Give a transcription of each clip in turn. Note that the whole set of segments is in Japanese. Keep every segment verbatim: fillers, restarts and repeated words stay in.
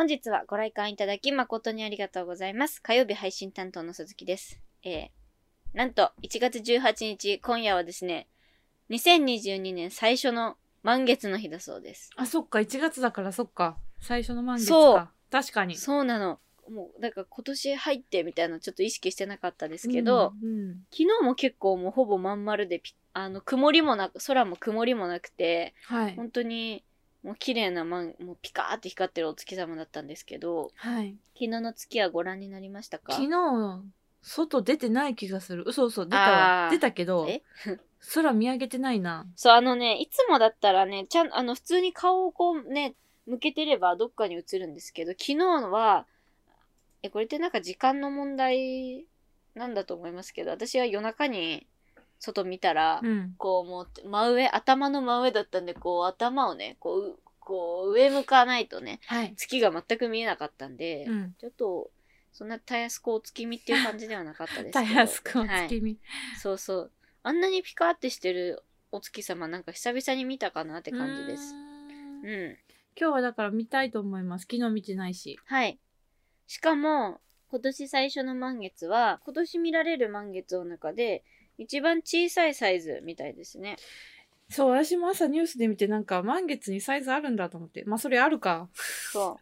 本日はご来館いただき誠にありがとうございます。火曜日配信担当の鈴木です。えー、なんといちがつじゅうはちにち、今夜はですね、にせんにじゅうにねん最初の満月の日だそうです。 あ、そっか、いちがつだからそっか。最初の満月か。 そう。 確かに。 そうなの。もう、だから今年入ってみたいなちょっと意識してなかったですけど、 うんうん、 昨日も結構もうほぼまん丸でピ、あの、曇りもなく、空も曇りもなくて、 はい、 本当に、もう綺麗な、まん、もうピカーって光ってるお月様だったんですけど、 はい、 昨日の月はご覧になりましたか？ 昨日、外出てない気がする。嘘嘘、出たわ。出たけど、 え空見上げてないな。 そう、あのね、いつもだったらね、ちゃん、あの、普通に顔をこうね、向けてればどっかに映るんですけど、昨日は、え、これってなんか時間の問題なんだと思いますけど、私は夜中に外見たら、 うん、 こうもう真上、頭の真上だったんで、こう頭をね、こう、こう上向かないとね、 はい、 月が全く見えなかったんで、 うん、 ちょっと、そんなたやすくお月見っていう感じではなかったですけど。 たやすくお月見、 はい。そうそう。あんなにピカーってしてるお月様なんか久々に見たかなって感じです。うん。うん、 今日はだから見たいと思います。昨日見てないし。 はい。しかも、今年最初の満月は、今年見られる満月の中で、一番小さいサイズみたいですね。 そう、私も朝ニュースで見てなんか満月にサイズあるんだと思って。まあそれあるか。 そう。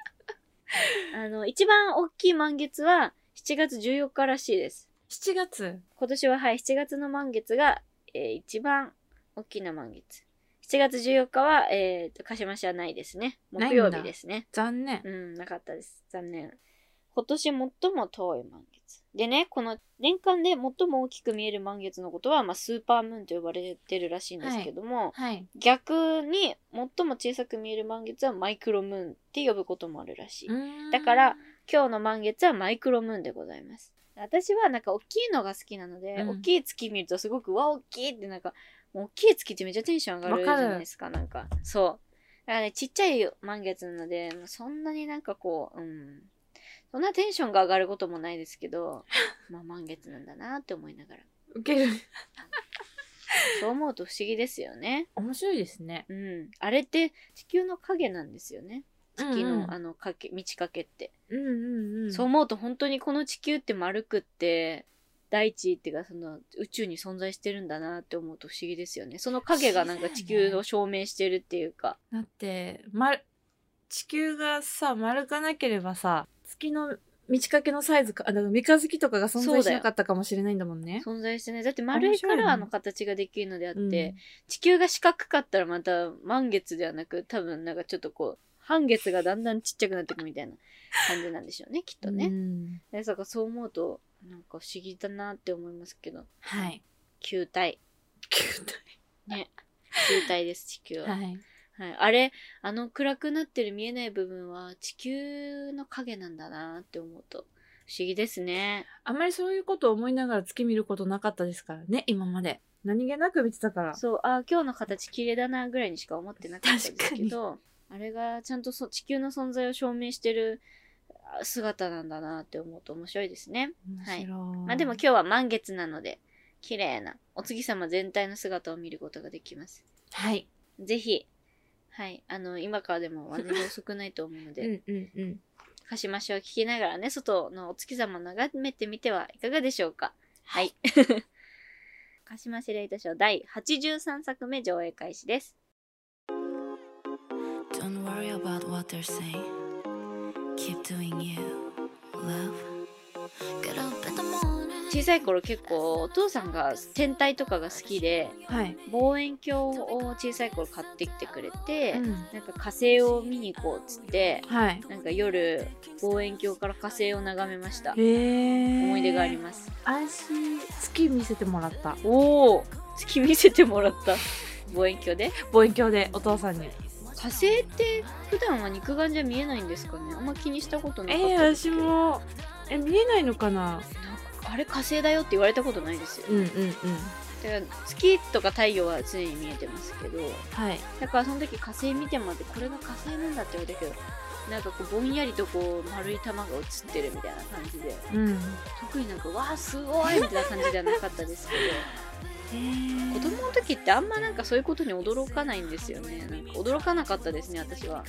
あの、一番大きい満月はしちがつじゅうよっからしいです。 しちがつ今年ははい、しちがつの満月が、えー、一番大きな満月。しちがつじゅうよっかは、えーと、鹿島市はないですね。木曜日ですね。 残念。 うん、なかったです。残念。今年最も遠い満月。でね、この年間で最も大きく見える満月のことは、まあ、スーパームーンと呼ばれてるらしいんですけども、 はいはい、 逆に最も小さく見える満月はマイクロムーンって呼ぶこともあるらしい。だから、今日の満月はマイクロムーンでございます。私はなんか大きいのが好きなので、うん、大きい月見るとすごく、わ、大きいってなんか、もう大きい月ってめっちゃテンション上がるじゃないですか、なんか。そう。だからね、ちっちゃい満月なので、そんなになんかこう、うん。そんなテンションが上がることもないですけど、まあ満月なんだなって思いながら。 ウケる。 そう思うと不思議ですよね。 面白いですね。 うん。あれって地球の影なんですよね。月の、うんうん、あのかけ、満ち欠けって。 うんうんうん。 そう思うと本当にこの地球って丸くって、大地っていうかその宇宙に存在してるんだなって思うと不思議ですよね。その影がなんか地球を証明してるっていうか。 だって、ま、地球がさ、丸かなければさ、月の満ち欠けのサイズか、あの、三日月とかが存在しなかったかもしれないんだもんね。 存在してない。だって丸いからあの形ができるのであって、ね、うん、地球が四角かったらまた満月ではなく、多分なんかちょっとこう、半月がだんだんちっちゃくなっていくみたいな感じなんでしょうね、きっとね。うん、で、だからそう思うと、なんか不思議だなって思いますけど。 はい。 球体。 球体。 ね。球体です、地球は。 はい。 はい、あれ、あの暗くなってる見えない部分は地球の影なんだなって思うと不思議ですね。 あんまりそういうことを思いながら月見ることなかったですからね、今まで。何気なく見てたから。 そう、あ、今日の形綺麗だなぐらいにしか思ってなかったですけど、あれがちゃんとそ地球の存在を証明してる姿なんだなって思うと面白いですね。はい。まあでも今日は満月なので、綺麗なお月様全体の姿を見ることができます。 はい。 ぜひ、はい。あの、今からでも全然遅くないと思うので、 うんうんうん。 鹿島市を聞きながらね、外のお月様を眺めてみてはいかがでしょうか。はい。鹿島市レイトショーだいはちじゅうさんさくめ上映開始です。Don't worry about what they're saying. Keep doing you, love. Get up in the morning. 小さい頃結構お父さんが天体とかが好きで、はい、望遠鏡を小さい頃買ってきてくれて、うん、なんか火星を見に行こうっつって、はい、なんか夜望遠鏡から火星を眺めました。へー、思い出があります。 私月見せてもらった。 おお、月見せてもらった望遠鏡で望遠鏡でお父さんに。 火星って普段は肉眼じゃ見えないんですかね。あんま気にしたことなかったですけど。 えー、私もえ見えないのかな。 あれ火星だよって言われたことないですよ。 うんうんうん。 だから月とか太陽は常に見えてますけど、はい。だからその時火星見てもらってこれが火星なんだって言われたけど、なんかこうぼんやりとこう丸い玉が映ってるみたいな感じで、うん、特になんかわーすごいみたいな感じではなかったですけど。へー、子供の時ってあんまなんかそういうことに驚かないんですよね。なんか驚かなかったですね、私は。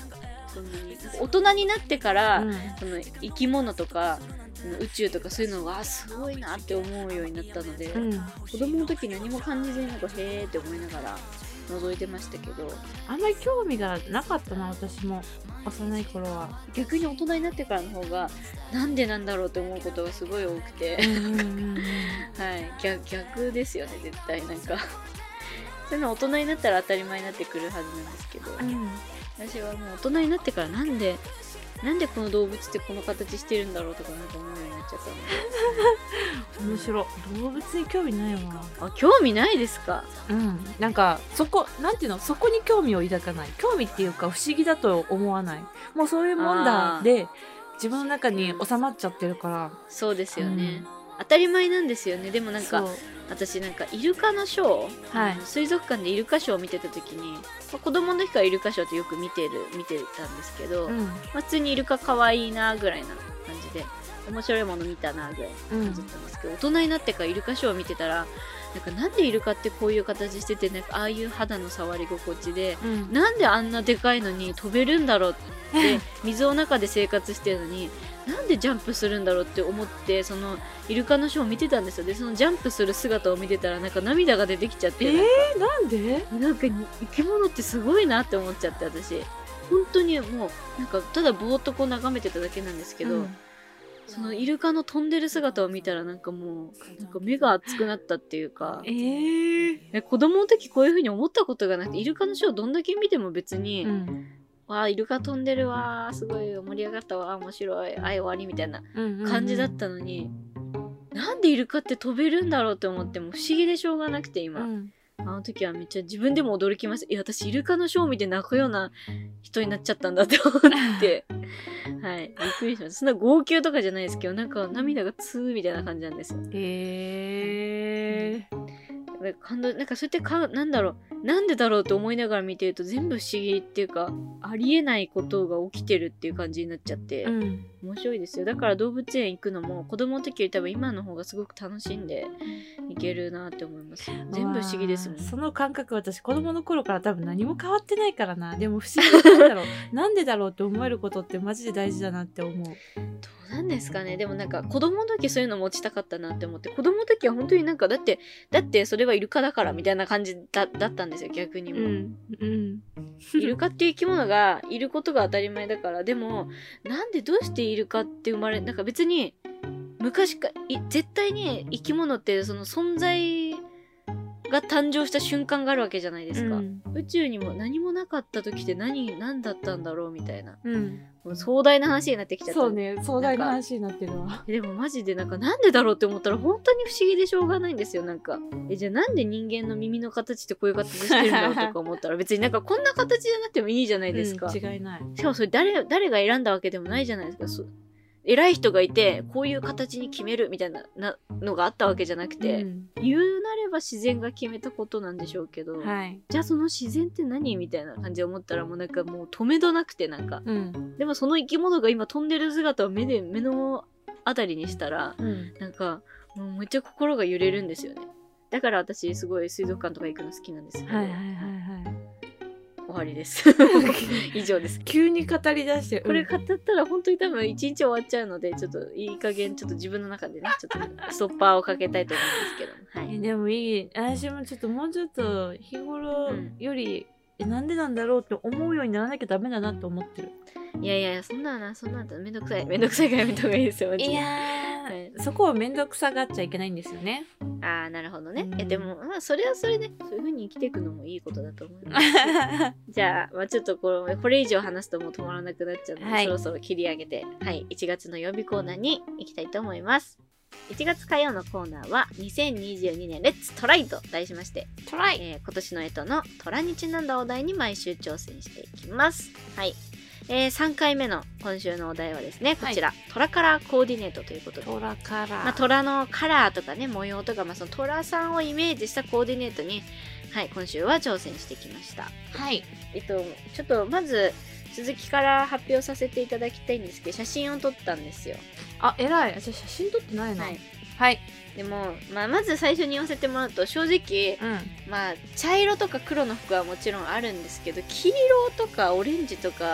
そんなに大人になってから、うん、その生き物とか宇宙とかそういうのがすごいなって思うようになったので、うん、子供の時何も感じずになんかへーって思いながら覗いてましたけど、 あんまり興味がなかったな私も幼い頃は。 逆に大人になってからの方がなんでなんだろうって思うことがすごい多くてはい、逆, 逆ですよね絶対。なんかそういうの大人になったら当たり前になってくるはずなんですけど、うん、私はもう大人になってからなんでなんでこの動物ってこの形してるんだろうとかなんか思うようになっちゃったので面白い。動物に興味ないわ。 あ、興味ないですか？ うん、なんかそこなんていうの、そこに興味を抱かない。興味っていうか不思議だと思わない。もうそういうもんだで自分の中に収まっちゃってるから。 そうですよね、うん、当たり前なんですよね。でもなんか私なんかイルカのショー、はい、水族館でイルカショーを見てた時に、まあ、子供の時からイルカショーってよく見てる見てたんですけど、うん、まあ、普通にイルカ可愛いなぐらいな感じで面白いもの見たなぐらいの感じだったんですけど、うん、大人になってからイルカショーを見てたらなんかなんでイルカってこういう形しててなんかああいう肌の触り心地で、うん、なんであんなでかいのに飛べるんだろうって水の中で生活してるのになんでジャンプするんだろうって思ってそのイルカのショーを見てたんですよ。でそのジャンプする姿を見てたらなんか涙が出てきちゃって、 えー、なんでなんか生き物ってすごいなって思っちゃって、私本当にもうなんかただぼーっとこう眺めてただけなんですけど、うん、そのイルカの飛んでる姿を見たらなんかもうなんか目が熱くなったっていうか、えー、子供の時こういう風に思ったことがなくて、イルカのショーどんだけ見ても別に、うん、わあイルカ飛んでるわーすごい盛り上がったわ面白いあい終わりみたいな感じだったのに、うんうんうん、なんでイルカって飛べるんだろうって思っても不思議でしょうがなくて今、うん、あの時はめっちゃ自分でも驚きました。いや私イルカのショーを見て泣くような人になっちゃったんだって思ってはいびっくりしました。そんな号泣とかじゃないですけどなんか涙がツーみたいな感じなんですよ。へー、感動なんかそうやってかなんだろうなんでだろうと思いながら見てると全部不思議っていうかありえないことが起きてるっていう感じになっちゃって、うん、面白いですよ。だから動物園行くのも子供の時より多分今の方がすごく楽しんでいけるなって思います。全部不思議ですもん。 その感覚私子供の頃から多分何も変わってないからな。でも不思議なんだろうなんでだろうって思えることってマジで大事だなって思う。どうなんですかね。でもなんか子供の時そういうの持ちたかったなって思って、子供の時は本当になんかだってだってそれはイルカだからみたいな感じ だ, だったんですよ逆にも、うんうん、イルカっていう生き物がいることが当たり前だから。でもなんでどうしてイルカって生まれなんか別に昔か絶対に生き物ってその存在が誕生した瞬間があるわけじゃないですか、うん、宇宙にも何もなかった時って何何だったんだろうみたいな、うん、もう壮大な話になってきちゃった。 そうね壮大な話になってるわ。 でもマジでなんかなんでだろうって思ったら本当に不思議でしょうがないんですよ。なんかえじゃあなんで人間の耳の形ってこういう形してるんだろうとか思ったら別になんかこんな形じゃなくてもいいじゃないですか、 うん、違いない。 しかもそれ 誰, 誰が選んだわけでもないじゃないですか。そ偉い人がいてこういう形に決めるみたい な, なのがあったわけじゃなくて、うん、言うなれば自然が決めたことなんでしょうけど、はい、じゃあその自然って何みたいな感じで思ったらもうなんかもう止めどなくてなんか、うん、でもその生き物が今飛んでる姿を目で目のあたりにしたら、うん、なんかもうめっちゃ心が揺れるんですよね。だから私すごい水族館とか行くの好きなんですけど、はいはいはいはい終わりです以上です。 急に語り出して、 これ語ったら本当に多分一日終わっちゃうのでちょっといい加減ちょっと自分の中でねちょっとストッパーをかけたいと思うんですけど、はい、 でもいい。私もちょっともうちょっと日頃より、うん、えなんでなんだろうって思うようにならなきゃダメだなって思ってる。 いやいやそんななそんなのめんどくさいめんどくさいからやめた方がいいですよ。 いやー、はい、そこをめんどくさがっちゃいけないんですよね。 あーなるほどね、うん、えでもまあそれはそれでそういう風に生きていくのもいいことだと思いますじゃあ、まあ、ちょっとこれこれ以上話すともう止まらなくなっちゃうので、はい、そろそろ切り上げて、はい、いちがつの曜日コーナーに行きたいと思います。いちがつ火曜のコーナーはにせんにじゅうにねんレッツトライと題しましてトライ、えー、今年の干支の虎にちなんだお題に毎週挑戦していきます。はい、えー、さんかいめの今週のお題はですねこちら、はい、トラカラーコーディネートということでトラカラー、 まあ、トラのカラーとかね模様とか、まあ、そのトラさんをイメージしたコーディネートに、はい、今週は挑戦してきました。はい、えっとちょっとまず続きから発表させていただきたいんですけど写真を撮ったんですよ。 あ偉い。じゃあ写真撮ってないな。 はい、はい、でも、まあ、まず最初に言わせてもらうと正直、うん、まあ茶色とか黒の服はもちろんあるんですけど黄色とかオレンジとか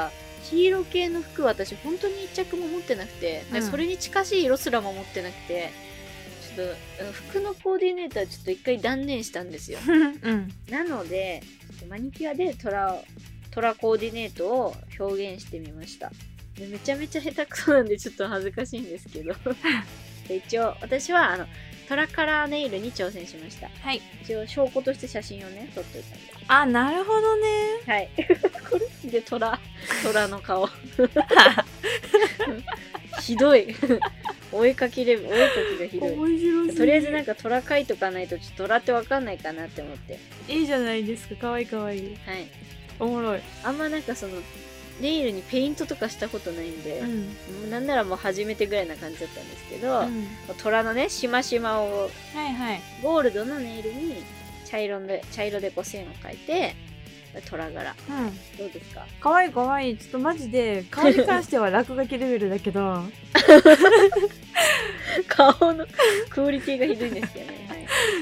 黄色系の服私本当に一着も持ってなくて、でそれに近しい色すらも持ってなくて、ちょっと服のコーディネートはちょっと一回断念したんですよ。 うん、 なのでマニキュアでトラトラコーディネートを表現してみました。でめちゃめちゃ下手くそなんでちょっと恥ずかしいんですけどで一応私はあのトラカラーネイルに挑戦しました。 はい。 一応証拠として写真をね撮っておいたんで。 あ、なるほどね。 はいこれでトラトラの顔ひどいお絵かきレベル、お絵かきがひどい。 面白い。 とりあえずなんかトラ描いとかないとちょっとトラってわかんないかなって思って。 いいじゃないですか、かわいいかわいい。 はい。 おもろい。 あんまなんかそのネイルにペイントとかしたことないんで、うん、なんならもう初めてぐらいな感じだったんですけど、うん、虎のねしましまを、 はいはい、 ゴールドのネイルに茶色で茶色でこう線を描いて虎柄、うん、どうですか？ かわいいかわいい。ちょっとマジで顔に関しては落書きレベルだけど顔のクオリティがひどいんですけどね、はい、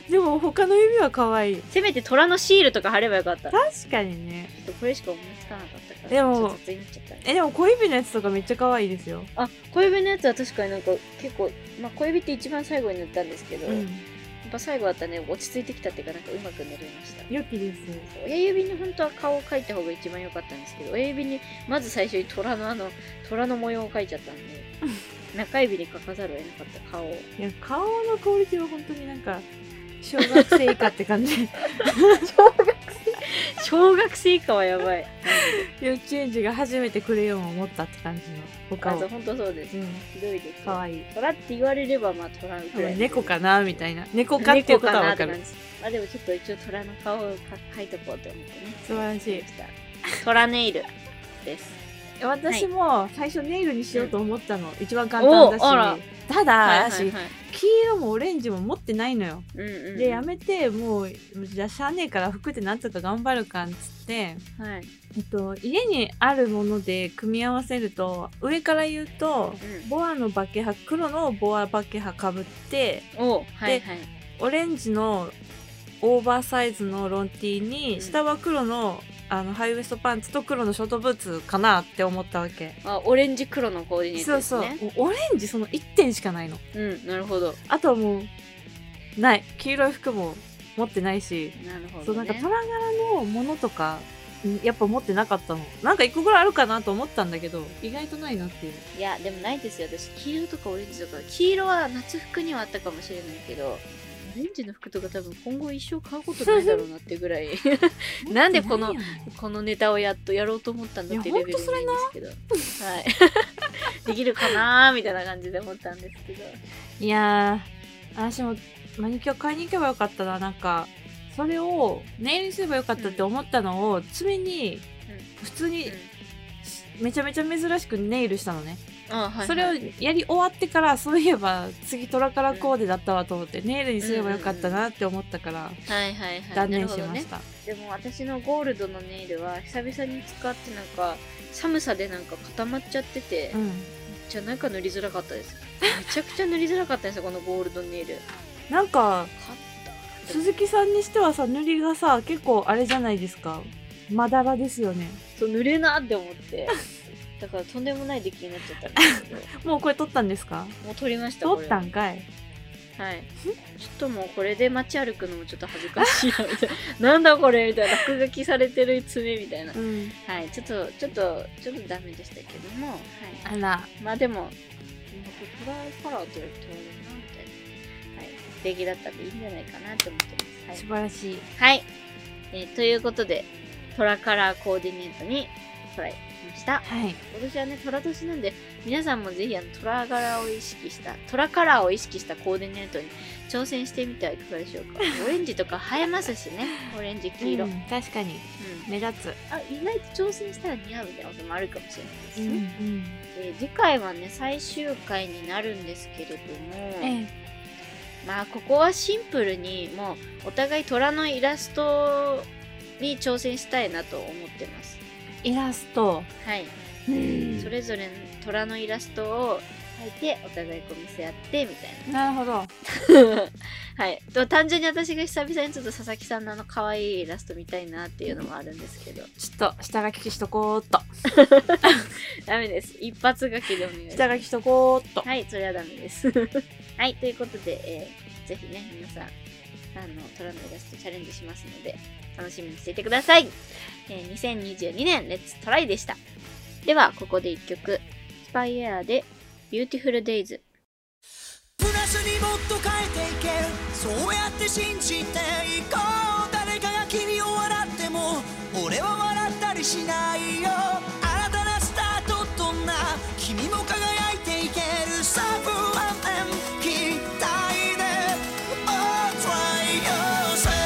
でも他の指はかわいい。 せめて虎のシールとか貼ればよかった。 確かにね。 ちょっとこれしか思いつかなかったからでもちょっと雑になっちゃった、ね、 えでも小指のやつとかめっちゃ可愛いですよ。 あ、小指のやつは確かになんか結構、まあ、小指って一番最後に塗ったんですけど、うん、やっぱ最後だったらね落ち着いてきたっていうかなんかうまく塗れました。 良きです。 親指に本当は顔を描いた方が一番良かったんですけど、親指にまず最初に虎のあの虎の模様を描いちゃったんで中指に描かざるを得なかった顔を。 いや顔のクオリティは本当になんか小学生以下って感じ小学生小学生以下はやばい幼稚園児が初めてクレヨンを持ったって感じのお顔。 本当そうです、うん、ひどいです。 かわいい。 虎って言われればまあ虎ぐらい、 猫かなみたいな。猫かっていうことはわかる。 あでもちょっと一応虎の顔を描いとこうと思ってね。 素晴らしい。 虎ネイルです。 私も最初ネイルにしようと思ったの、うん、一番簡単だし、ただ、はいはいはい、黄色もオレンジも持ってないのよ、うんうんうん、でやめてもうじゃあしゃあねえから服でなんとか頑張るかっつって、はい、えっと、家にあるもので組み合わせると上から言うと、うん、ボアのバケハ黒のボアバケハかぶってお、はいはい、でオレンジのオーバーサイズのロンティーに、うん、下は黒のあのハイウエストパンツと黒のショートブーツかなって思ったわけ。 あ、オレンジ黒のコーディネートですね。 そうそう、オレンジそのいってんしかないの。 うん、なるほど。 あとはもうない、黄色い服も持ってないし、 なるほど、ね、 そうなんか虎柄のものとかやっぱ持ってなかったの。なんかいっこぐらいあるかなと思ったんだけど意外とないなっていう。 いやでもないですよ。私黄色とかオレンジとか、黄色は夏服にはあったかもしれないけど、オレンジの服とか多分今後一生買うことないだろうなってぐらいなんでこのこのネタをやっとやろうと思ったんだってレベルなんですけど、はいできるかなーみたいな感じで思ったんですけど、 いやー私もマニキュア買いに行けばよかったな。なんかそれをネイルにすればよかったって思ったのを爪に普通にめちゃめちゃ珍しくネイルしたのね。ああ、はいはい、それをやり終わってからそういえば次トラカラコーデだったわと思って、うん、ネイルにすればよかったなって思ったから断念しました、 ね、でも私のゴールドのネイルは久々に使ってなんか寒さでなんか固まっちゃってて、うん、めっちゃなんか塗りづらかったです。めちゃくちゃ塗りづらかったんですよこのゴールドネイル。 なんか鈴木さんにしてはさ塗りがさ結構あれじゃないですか、まだらですよね。 そう塗れなって思ってだからとんでもない出来になっちゃったんですけどもうこれ撮ったんですか？ もう撮りました。 撮ったんかい。 はい。ちょっともうこれで街歩くのもちょっと恥ずかしいなみたいななんだこれみたいな、落書きされてる爪みたいな、うん、はい。ちょっとちょっとちょっとダメでしたけども、はい、 あらまあでもトライカラーって言われてもなみたいな、はい、出来だったんでいいんじゃないかなって思ってます、はい、 素晴らしい。 はい、えー、ということでトラカラーコーディネートにトライました。はい、今年はねトラ年なんで皆さんもぜひあのトラ柄を意識したトラカラーを意識したコーディネートに挑戦してみてはいかがでしょうか。オレンジとか映えますしね、オレンジ黄色、うん、 確かに、うん、目立つ。 あ、意外と挑戦したら似合うみたいなこともあるかもしれないですね、うんうん、えー、次回はね最終回になるんですけれども、ええ、まあここはシンプルにもうお互い虎のイラストに挑戦したいなと思ってます。 イラスト、 はい、それぞれ虎のイラストを書いてお互いこう見せ合ってみたいな。なるほど。 はい。と単純に私が久々にちょっと佐々木さんのあの可愛いイラスト見たいなっていうのもあるんですけど、 ちょっと下書きしとこうっと。 ダメです。一発書きでお願いします。 下書きしとこうっと。 はい、それはダメです。はい、ということで、えー、ぜひね、皆さん、あの、虎のイラストチャレンジしますので、楽しみにしていてください。えー、にせんにじゅうにねん、レッツトライでした。では、ここで一曲、スパイエアで、ビューティフルデイズ。 プラスにもっと変えていける、そうやって信じていこう。誰かが君を笑っても俺は笑ったりしないよ。新たなスタートどんな君も輝いていける。サブアンド期待で Oh try yourself。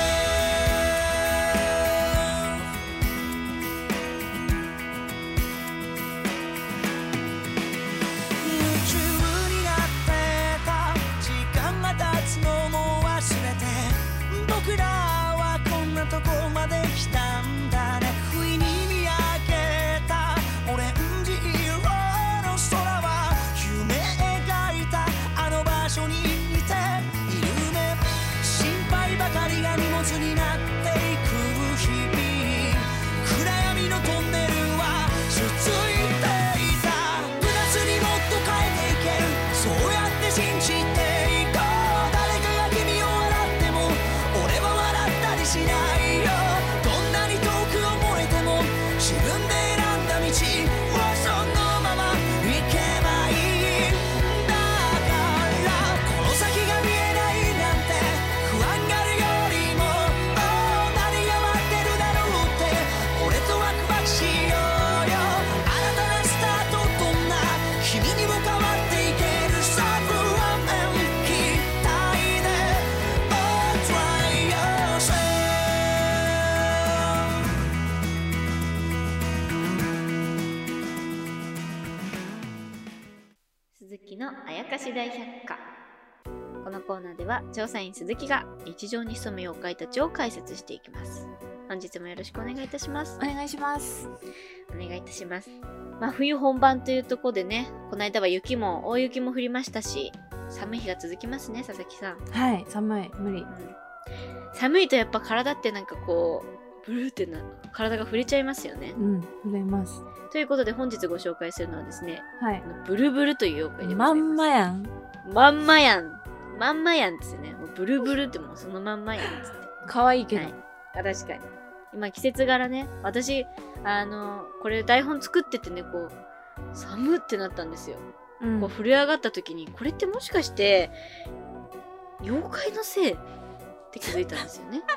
夢中になってた時間が経つのも忘れて、僕らはこんなとこまで来たんだね。不意に見上げたオレンジ色の空は夢描いたあの場所にいているね。心配ばかりが荷物になっていく日々、暗闇のトンネルは続いていた。プラスにもっと変えていける、そうやって信じていこう。誰かが君を笑っても俺は笑ったりしないよ。どんなに遠く思えても自分で選んだ道をそのまま行けばいい。だからこの先が見えないなんて不安がるよりも、oh何が待ってるだろうって俺とワクワクしようよ。新たなスタートどんな君にも変わっていける。サブアンド期待で Oh try yourself。 鈴木のあやかし大百科。このコーナーでは調査員鈴木が日常に潜む妖怪たちを解説していきます。本日もよろしくお願いいたします。 お願いします。 お願いいたします。まあ冬本番というところでね、この間は雪も大雪も降りましたし、寒い日が続きますね、佐々木さん。 はい、寒い、無理。 うん、寒いとやっぱ体ってなんかこうブルーってな体が触れちゃいますよね。 うん、触れます。 ということで本日ご紹介するのはですね、 はい。 ブルブルという妖怪でござまいます。 んまやん。 まんまやん。まんまやんですよね。もうブルブルってもうそのまんまやんっつって。 可愛いけど。 はい、あ、確かに。今季節柄ね、私、あの、これ台本作っててね、こう、寒ってなったんですよ。 うん、 こう、震え上がった時に、これってもしかして、妖怪のせいって気づいたんですよね。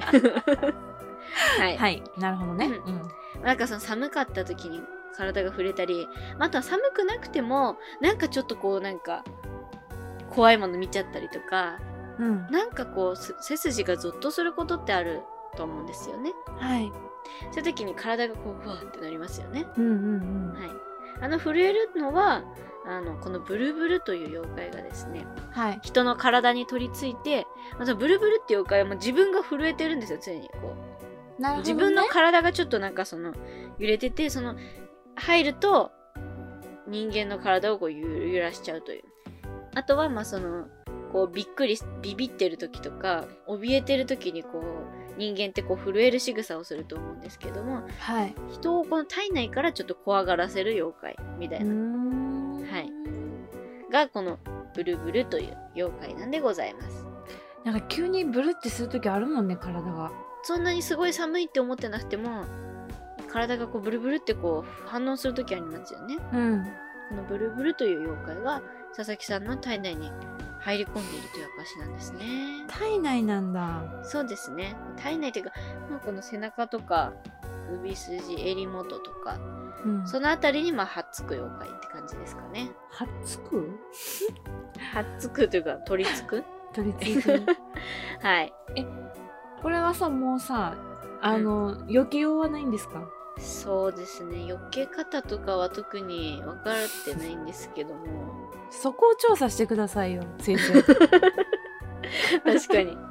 はい。 はい、なるほどね。 ううんん。 なんかその寒かった時に体が触れたり、あとは寒くなくても、なんかちょっとこう、なんか、怖いもの見ちゃったりとか、 うん。 なんかこう、背筋がゾッとすることってあると思うんですよね。 はい。 そういう時に体がこう、うわーってなりますよね。 うんうんうん。 はい。あの、震えるのは、あの、このブルブルという妖怪がですね、 はい。 人の体に取り付いて、またブルブルっていう妖怪はもう自分が震えてるんですよ、常にこう。 なるほどね。 自分の体がちょっとなんかその、揺れてて、その、入ると、人間の体をこう揺らしちゃうという。あとは、まあその、こう、びっくり、ビビってる時とか、怯えてる時にこう、人間ってこう震える仕草をすると思うんですけども、 はい。 人をこの体内からちょっと怖がらせる妖怪みたいうな、 ん。 はいがこのブルブルという妖怪なんでございます。 なんか急にブルってするときあるもんね、体が。 そんなにすごい寒いって思ってなくても、体がこうブルブルってこう反応するときありますよね。 うん。 このブルブルという妖怪が佐々木さんの体内に入り込んでいるという証なんですね。 体内なんだ。 そうですね。体内というか、まあ、この背中とか首筋、襟元とか、 うん。 そのあたりにまあはっつく妖怪って感じですかね。 はっつくはっつくというか取り付く取り付いてる。 はい。 これはさ、もうさ、あの、避けようはないんですか？ そうですね。避け方とかは特に分かってないんですけども。 そこを調査してくださいよ、先生。 確かに。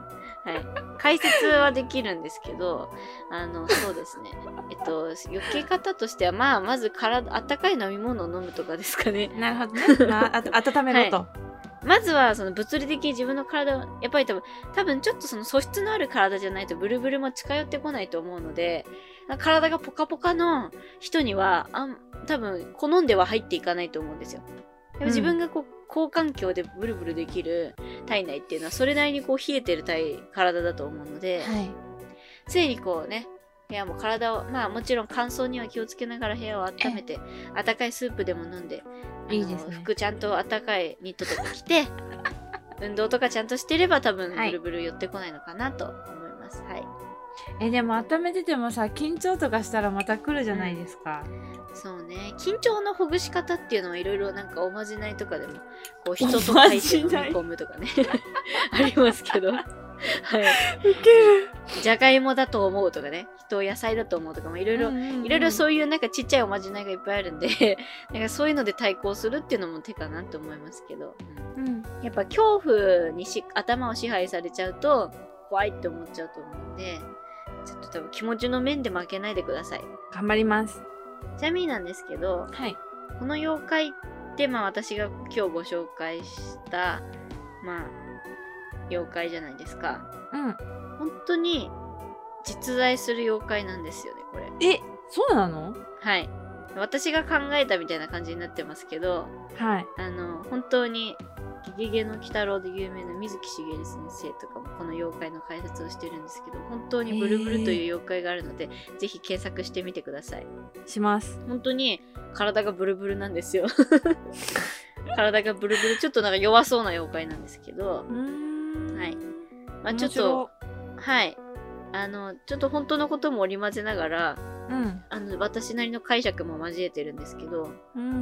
解説はできるんですけど、あのそうですね、えっと避け方としては、まあまず体あったかい飲み物を飲むとかですかね。 なるほどね、まあ、あ温めろと、はい、 まずはその物理的に自分の体をやっぱり多分多分ちょっとその素質のある体じゃないとブルブルも近寄ってこないと思うので、体がポカポカの人にはあん多分好んでは入っていかないと思うんですよ。でも自分がこう、うん、高環境でブルブルできる体内っていうのはそれなりにこう冷えてる体体だと思うので、はい、常にこうね部屋も体をまあもちろん乾燥には気をつけながら部屋を温めて温かいスープでも飲んで、いいですね、服ちゃんと温かいニットとか着て運動とかちゃんとしてれば多分ブルブル寄ってこないのかなと思います。はい、はい、 えでも温めててもさ緊張とかしたらまた来るじゃないですか、 うん、そうね、緊張のほぐし方っていうのはいろいろなんかおまじないとかでもこう人と書いて飲み込むとかねありますけどはい、 ウケる。 じゃがいもだと思うとかね、人を野菜だと思うとかもいろいろいろいろそういうなんかちっちゃいおまじないがいっぱいあるんでなんかそういうので対抗するっていうのも手かなと思いますけど、うん、やっぱ恐怖にし頭を支配されちゃうと怖いって思っちゃうと思うんで、ちょっと多分気持ちの面で負けないでください。 頑張ります。 ちなみになんですけど、はい、この妖怪ってまあ私が今日ご紹介したまあ妖怪じゃないですか。うん。本当に実在する妖怪なんですよね、これ。 え、そうなの？ はい。私が考えたみたいな感じになってますけど、はい。あの、本当にゲゲゲの鬼太郎で有名な水木しげる先生とかもこの妖怪の解説をしてるんですけど、本当にブルブルという妖怪があるので、ぜひ検索してみてください。 します。 本当に体がブルブルなんですよ。体がブルブル、ちょっとなんか弱そうな妖怪なんですけど、うーん、はい。まあちょっと、はい。あの、ちょっと本当のことも織り交ぜながら、うん、あの私なりの解釈も交えてるんですけど、うんうん、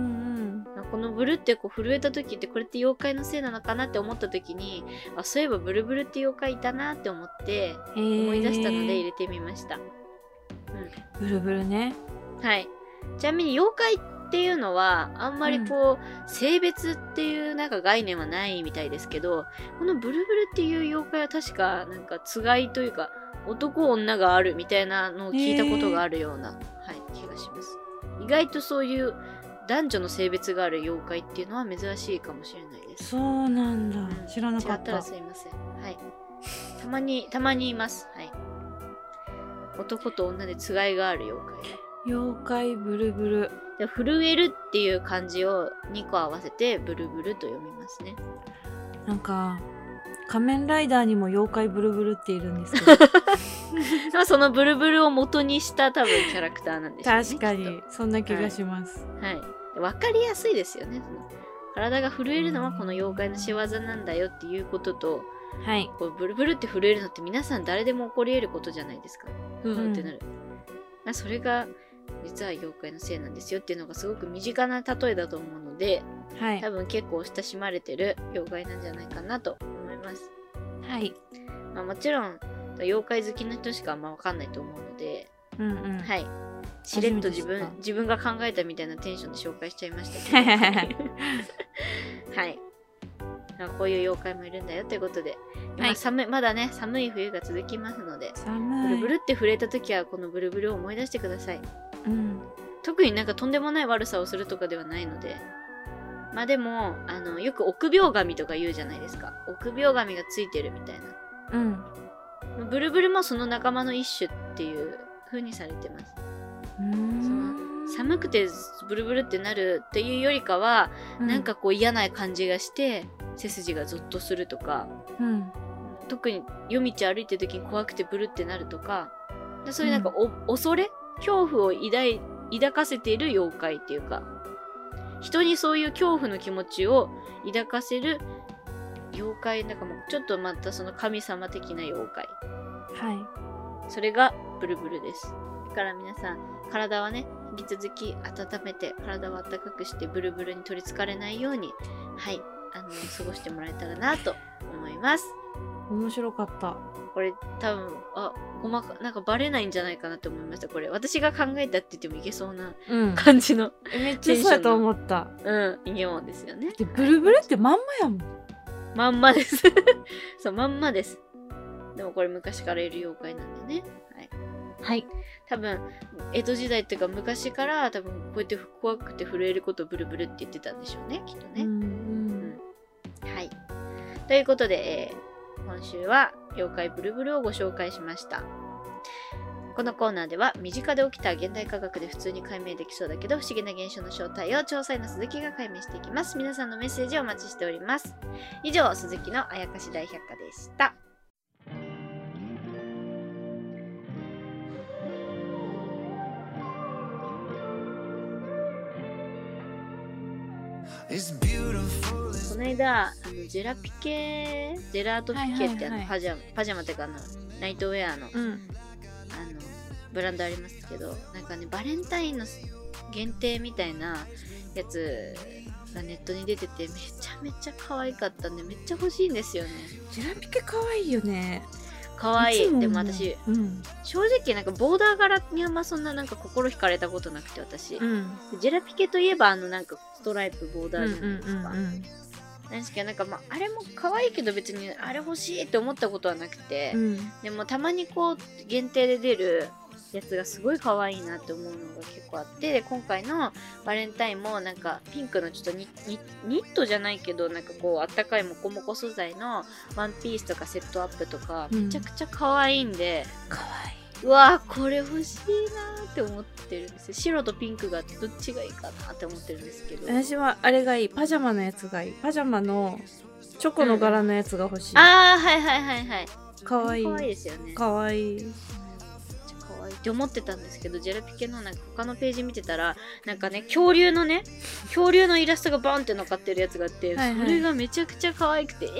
このブルってこう震えた時ってこれって妖怪のせいなのかなって思った時に、あ、そういえばブルブルって妖怪いたなって思って思い出したので入れてみました。うん、 ブルブルね。 はい。ちなみに妖怪っていうのはあんまりこう、うん、性別っていうなんか概念はないみたいですけど、このブルブルっていう妖怪は確かなんかつがいというか男女があるみたいなのを聞いたことがあるような、はい、気がします。意外とそういう男女の性別がある妖怪っていうのは珍しいかもしれないです。 そうなんだ、うん、知らなかった。 違ったらすいません。はい。たまにたまにいます。はい。男と女でつがいがある妖怪。 妖怪ブルブル。 で震えるっていう漢字をにこ合わせてブルブルと読みますね。 なんか仮面ライダーにも妖怪ブルブルっているんですけどまあそのブルブルを元にした多分キャラクターなんでしょうね。 確かにそんな気がします。 はい、はい、分かりやすいですよね。その体が震えるのはこの妖怪の仕業なんだよっていうことと、はい、こうブルブルって震えるのって皆さん誰でも起こり得ることじゃないですか。ふーってなる、うん、まあ、それが実は妖怪のせいなんですよっていうのがすごく身近な例えだと思うので、はい、多分結構親しまれてる妖怪なんじゃないかなと思います。はい。まあ、もちろん妖怪好きな人しかあんま分かんないと思うので、うんうん、はい。しれっと自分自分が考えたみたいなテンションで紹介しちゃいましたけどはい。こういう妖怪もいるんだよということで、はい、寒いまだね寒い冬が続きますので、ブルブルって震えた時はこのブルブルを思い出してください。うん、特になんかとんでもない悪さをするとかではないので、まあでもあのよく臆病神とか言うじゃないですか。臆病神がついてるみたいな。うん。ブルブルもその仲間の一種っていう風にされてます。うーん、その寒くてブルブルってなるっていうよりかは、うん、なんかこう嫌な感じがして背筋がゾッとするとか、うん、特に夜道歩いてる時に怖くてブルってなるとか、そういうなんかお、うん、恐れ恐怖を抱い抱かせている妖怪っていうか、人にそういう恐怖の気持ちを抱かせる妖怪、なんかもうちょっとまたその神様的な妖怪、はい、それがブルブルです。だから皆さん体はね引き続き温めて体を温かくしてブルブルに取りつかれないように、はいあの過ごしてもらえたらなと思います。 面白かった。 これ多分あごまかなんかバレないんじゃないかなと思いました。これ私が考えたって言ってもいけそうな感じの、 うん、めっちゃそうやと思った。 うん、イケモンですよね。 でブルブルってまんまやもん。 まんまですそうまんまです。 でもこれ昔からいる妖怪なんでね。はい。 はい。 多分、江戸時代っていうか昔から多分こうやって怖くて震えることをブルブルって言ってたんでしょうね、きっとね。うん、うん。はい。ということで、えー、今週は妖怪ブルブルをご紹介しました。このコーナーでは身近で起きた現代科学で普通に解明できそうだけど不思議な現象の正体を調査員の鈴木が解明していきます。皆さんのメッセージをお待ちしております。以上、鈴木のあやかし大百科でした。この間、あのジェラピケ、ジェラートピケってあのパジャマ、パジャマっていうかあのナイトウェアの、うん、あのブランドありますけど、なんかねバレンタインの限定みたいなやつがネットに出ててめちゃめちゃ可愛かったんでめっちゃ欲しいんですよね。 ジェラピケ可愛いよね。 可愛い。でも私、うん、正直なんかボーダー柄にあんまそんななんか心惹かれたことなくて私、うん、ジェラピケといえばあのなんかストライプボーダーじゃないですか。うんうんうんうん、なんですけどなんかまああれも可愛いけど別にあれ欲しいって思ったことはなくて、うん、でもたまにこう限定で出るやつがすごい可愛いなって思うのが結構あって、で今回のバレンタインもなんかピンクのちょっとニットじゃないけどなんかこうあったかいモコモコ素材のワンピースとかセットアップとかめちゃくちゃ可愛いんで、 うん、可愛い。 うわーこれ欲しいなーって思ってるんですよ。白とピンクがどっちがいいかなって思ってるんですけど、 私はあれがいい。パジャマのやつがいい。パジャマのチョコの柄のやつが欲しい。 うん、ああはいはいはいはい。 可愛い。 可愛いですよね。 可愛い。 って思ってたんですけど、ジェラピケのなんか他のページ見てたらなんかね恐竜のね恐竜のイラストがバンって乗っかってるやつがあって、はいはい、それがめちゃくちゃ可愛くて、えー、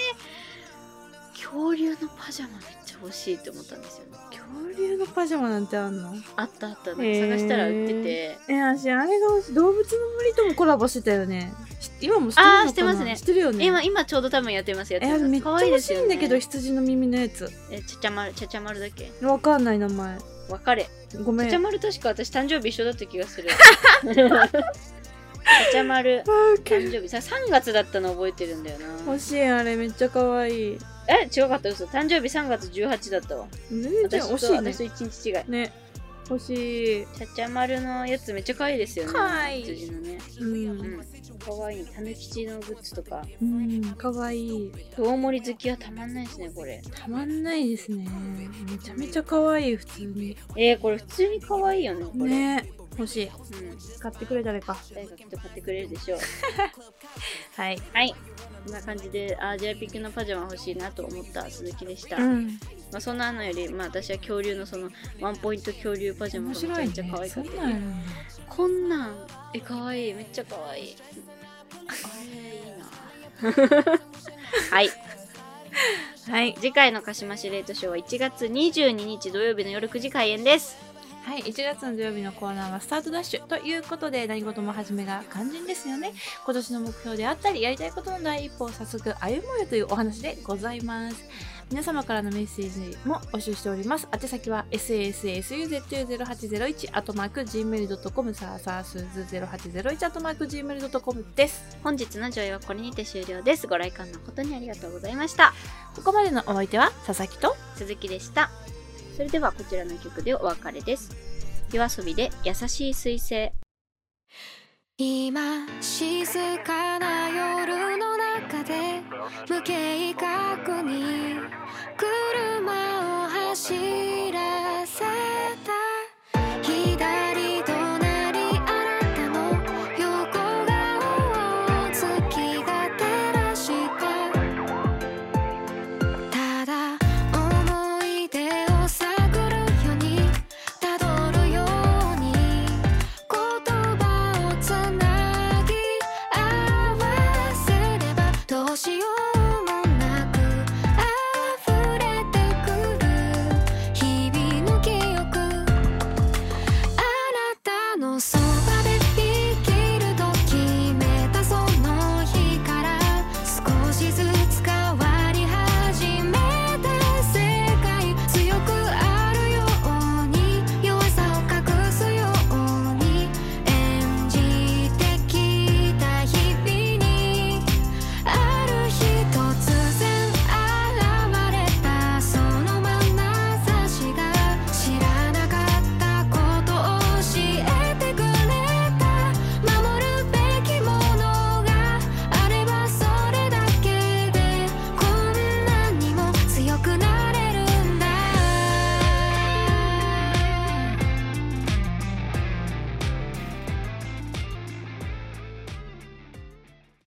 恐竜のパジャマめっちゃ欲しいって思ったんですよね。 恐竜のパジャマなんてあんの？ あったあった。なんか探したら売ってて、 えー、私あれが欲しい。動物の森ともコラボしてたよね。今もしてるのかな？あーしてますね。してるよね。 今今ちょうど多分やってますやってます。 えー、めっちゃ欲しいんだけど、羊の耳のやつ。 えちゃちゃまるちゃちゃまるだっけ？ わかんない名前。 わかれ。 ごめん。 ちゃちゃまる確か私誕生日一緒だった気がする。ちゃちゃまる誕生日ささんがつだったの覚えてるんだよな。 欲しい。あれめっちゃ可愛い。 え違かった。嘘。誕生日さんがつじゅうはちだったわ。 ねえ惜しいね。 私といちにち違い。 ね。欲しい。 ちゃちゃまるのやつめっちゃ可愛いですよね。 可愛い。 羊のね。うん。うん、可愛い。たぬきちのグッズとか。 うん。可愛い。 大盛り好きはたまんないですねこれ。 たまんないですね。めちゃめちゃ可愛い普通に。 えー、これ普通に可愛いよねこれ。 ね。欲しい。うん。買ってくれ誰か。 誰かきっと買ってくれるでしょう。 はい。 はい。こんな感じで、あ、ジェラピケのパジャマ欲しいなと思った鈴木でした。 うん。 まあそんなのより、まあ私は恐竜のそのワンポイント恐竜パジャマがめちゃめちゃ可愛かった、ね。こんなん、え、可愛い。めっちゃ可愛い。あれ、いいな。はい。 はい。 次回の鹿島市レートショーはいちがつにじゅうににち土曜日の夜くじ開演です。 はい、いちがつの土曜日のコーナーはスタートダッシュということで、何事も始めが肝心ですよね。今年の目標であったりやりたいことの第一歩を早速歩もうよというお話でございます。皆様からのメッセージも募集しております。宛先は エスエスエスユーゼットユーゼロはちゼロいち アットマーク ジーメールドットコム さあさあすずゼロはちゼロいち アットマーク ジーメールドットコム です。 本日の上映はこれにて終了です。ご来館誠にありがとうございました。 ここまでのお相手は佐々木と鈴木でした。それではこちらの曲でお別れです。YOASOBIで優しい彗星。 今静かな夜の中で無計画に車を走る